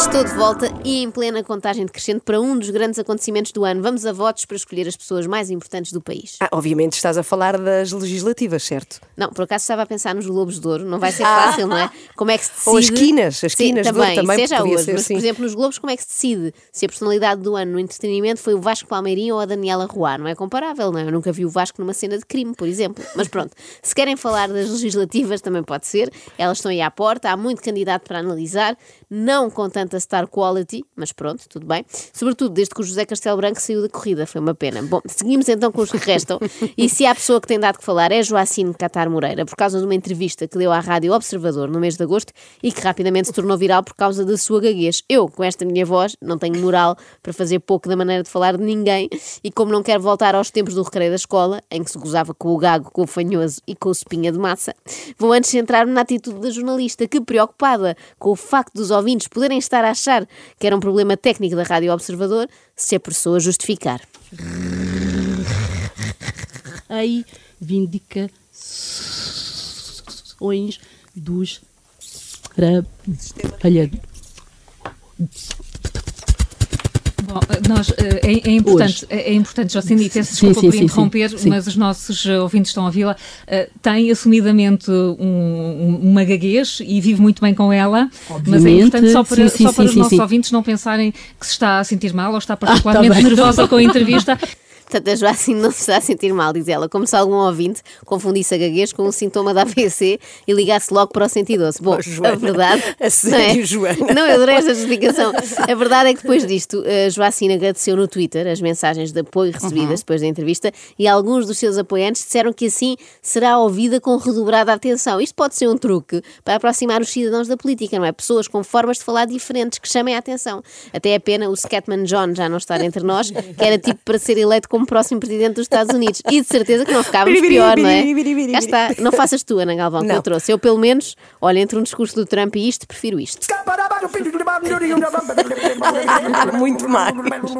Estou de volta e em plena contagem decrescente para um dos grandes acontecimentos do ano. Vamos a votos para escolher as pessoas mais importantes do país. Obviamente estás a falar das legislativas, certo? Não, por acaso estava a pensar nos Globos de Ouro. Não vai ser fácil, não é? Como é que se decide... Ou as quinas Sim, de ouro também seja podia hoje, ser mas, assim. por exemplo, nos Globos, como é que se decide se a personalidade do ano no entretenimento foi o Vasco Palmeirinho ou a Daniela Roy? Não é comparável, não é? Eu nunca vi o Vasco numa cena de crime, por exemplo. Mas pronto, se querem falar das legislativas, também pode ser. Elas estão aí à porta, há muito candidato para analisar, não com tanta star quality, mas pronto, tudo bem. Sobretudo desde que o José Castelo Branco saiu da corrida, foi uma pena. Bom, seguimos então com os que restam. E se há pessoa que tem dado que falar é Joacine Catar Moreira, por causa de uma entrevista que deu à Rádio Observador no mês de agosto e que rapidamente se tornou viral por causa da sua gaguez. Eu, com esta minha voz, não tenho moral para fazer pouco da maneira de falar de ninguém e como não quero voltar aos tempos do recreio da escola, em que se gozava com o gago, com o fanhoso e com o espinha de massa, vou antes centrar-me na atitude da jornalista que, preocupada com o facto dos ouvintes poderem estar a achar que era um problema técnico da Rádio Observador, se apressou a justificar. Reivindicações dos trabalhadores. Bom, é importante, Joacine, e peço desculpa por interromper, mas os nossos ouvintes estão a ouvi-la, tem assumidamente uma gaguez e vive muito bem com ela, obviamente, mas é importante só para os nossos ouvintes não pensarem que se está a sentir mal ou está particularmente nervosa com a entrevista. Portanto, a Joacine não se está a sentir mal, diz ela, como se algum ouvinte confundisse a gaguez com um sintoma da AVC e ligasse logo para o 112. Bom, Joana, a verdade... A sério, Joana? Não, eu adorei esta explicação. A verdade é que depois disto, a Joacine agradeceu no Twitter as mensagens de apoio recebidas depois da entrevista e alguns dos seus apoiantes disseram que assim será ouvida com redobrada atenção. Isto pode ser um truque para aproximar os cidadãos da política, não é? Pessoas com formas de falar diferentes que chamem a atenção. Até é pena o Scatman John já não estar entre nós, que era tipo para ser eleito como próximo presidente dos Estados Unidos. E de certeza que não ficávamos pior, não é? Já está. Não faças tu, Ana Galvão, que eu trouxe. Eu, pelo menos, olha, entre um discurso do Trump e isto, prefiro isto. Muito mais.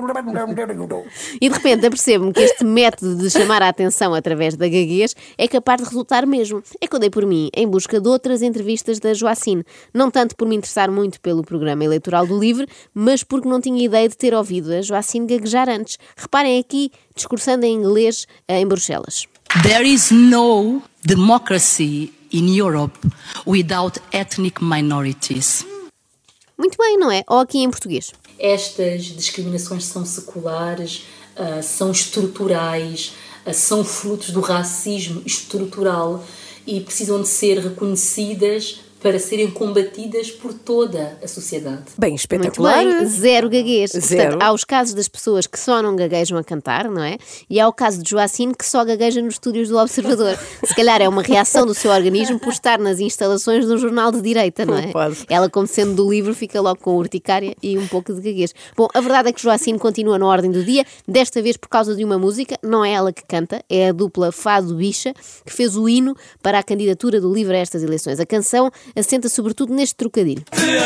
E de repente apercebo-me que este método de chamar a atenção através da gaguez é capaz de resultar mesmo. É que eu dei por mim em busca de outras entrevistas da Joacine. Não tanto por me interessar muito pelo programa eleitoral do LIVRE, mas porque não tinha ideia de ter ouvido a Joacine gaguejar antes. Reparem aqui, discursando em inglês em Bruxelas. There is no democracy in Europe without ethnic minorities. Muito bem, não é? Ou aqui em português. Estas discriminações são seculares, são estruturais, são frutos do racismo estrutural e precisam de ser reconhecidas para serem combatidas por toda a sociedade. Bem, espetacular. Muito bem, zero gaguez. Zero. Portanto, há os casos das pessoas que só não gaguejam a cantar, não é? E há o caso de Joacine que só gagueja nos estúdios do Observador. Se calhar é uma reação do seu organismo por estar nas instalações de um jornal de direita, não é? Pode. Ela, como sendo do livro, fica logo com urticária e um pouco de gaguez. Bom, a verdade é que Joacine continua na ordem do dia, desta vez por causa de uma música, não é ela que canta, é a dupla Fado Bicha, que fez o hino para a candidatura do LIVRE a estas eleições. A canção assenta sobretudo neste trocadilho.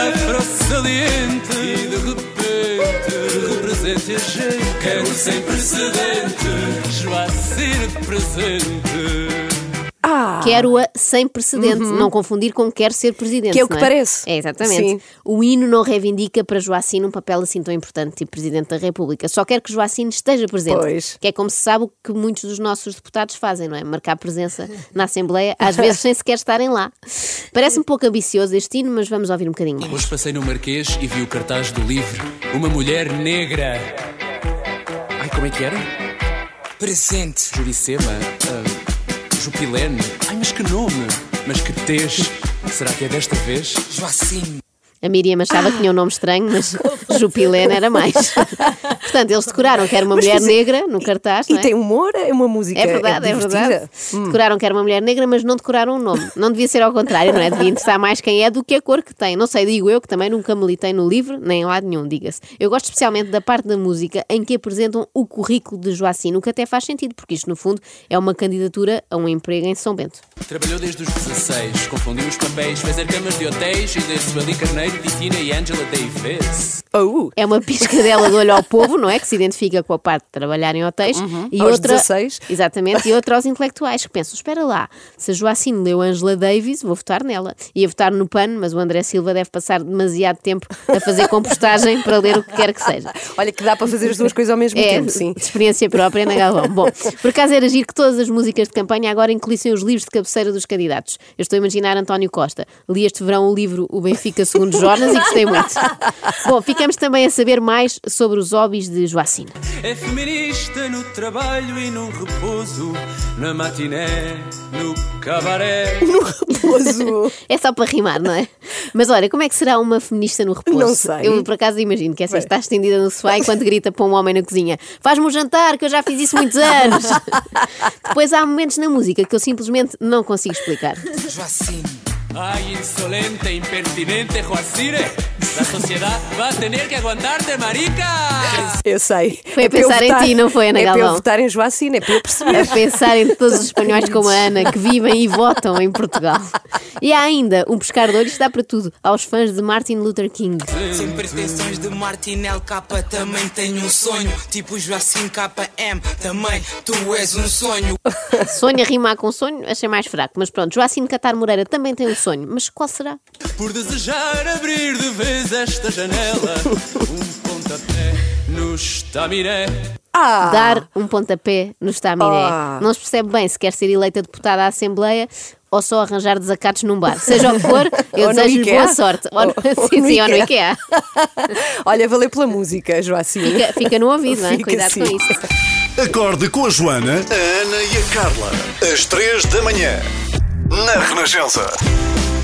Saliente, e de repente represente a gente. Quero sem precedente, Joacine presente. Quero-a sem precedente, não confundir com quero ser presidente. Que é o que não parece. É, exatamente. Sim. O hino não reivindica para Joacine um papel assim tão importante, tipo Presidente da República. Só quer que Joacine esteja presente. Pois. Que é como se sabe o que muitos dos nossos deputados fazem, não é? Marcar presença na Assembleia, às vezes sem sequer estarem lá. Parece um pouco ambicioso este hino, mas vamos ouvir um bocadinho mais. Hoje passei no Marquês e vi o cartaz do LIVRE. Uma mulher negra. Ai, como é que era? Presente. Juricema. Jupilene. Ai, mas que nome. Mas que tez. Será que é desta vez? Joacine. A Miriam achava que tinha um nome estranho, mas Jupilene era mais. Portanto, eles decoraram que era uma mulher negra no cartaz, não é? E tem humor, é uma música divertida. É verdade. Decoraram que era uma mulher negra, mas não decoraram o nome. Não devia ser ao contrário, não é? Devia interessar mais quem é do que a cor que tem. Não sei, digo eu, que também nunca militei no LIVRE, nem em lado nenhum, diga-se. Eu gosto especialmente da parte da música em que apresentam o currículo de Joacine, o que até faz sentido, porque isto, no fundo, é uma candidatura a um emprego em São Bento. Trabalhou desde os 16, confundiu os papéis, fez camas de hotéis e desde ali carneiros Cristina e Angela Davis. É uma piscadela de olho ao povo, não é? Que se identifica com a parte de trabalhar em hotéis. E Aos outra, 16. Exatamente, e outra aos intelectuais que pensam, espera lá, se a Joacine leu Angela Davis, vou votar nela. Ia votar no PAN, mas o André Silva deve passar demasiado tempo a fazer compostagem para ler o que quer que seja. Olha que dá para fazer as duas coisas ao mesmo tempo, sim. De experiência própria na Galvão. Bom, por acaso era giro que todas as músicas de campanha agora incluíssem os livros de cabeceira dos candidatos. Eu estou a imaginar António Costa. Li este verão o livro O Benfica segundo Jonas e gostei muito. Bom, ficamos também a saber mais sobre os hobbies de Joacine. É feminista no trabalho e no repouso, na matiné, no cabaré. Repouso. É só para rimar, não é? Mas olha, como é que será uma feminista no repouso? Não sei. Eu por acaso imagino que essa está estendida no sofá enquanto grita para um homem na cozinha: faz-me um jantar que eu já fiz isso muitos anos. Depois há momentos na música que eu simplesmente não consigo explicar. Joacine. Ay, insolente, impertinente, Joacine. La sociedad va a tener que aguantarte, marica. Eu sei. Foi a para eu pensar em votar- ti, não foi, Ana É para eu Galvão? votar em Joacine, é para eu perceber. A pensar em todos os espanhóis como a Ana que vivem e votam em Portugal. E há ainda um pescar de olhos que dá para tudo aos fãs de Martin Luther King. Sem pretensões de Martin LK, também tenho um sonho. Tipo Joacine KM, também tu és um sonho. Sonho a rimar com sonho, achei mais fraco. Mas pronto, Joacine Catar Moreira também tem um sonho. Mas qual será? Por desejar abrir de vez esta janela, pontapé no estaminé. Dar um pontapé no estaminé. Ah. Não se percebe bem se quer ser eleita deputada à Assembleia ou só arranjar desacatos num bar. Seja o que for, eu Ou no desejo-lhe IKEA. boa sorte. Ou Sim, no sim, ou no IKEA. IKEA. Olha, valeu pela música, Joacine. Fica no ouvido, não é? Fica Cuidado assim. com isso. Acorde com a Joana, a Ana e a Carla. Às 3 da manhã. Na Renascença.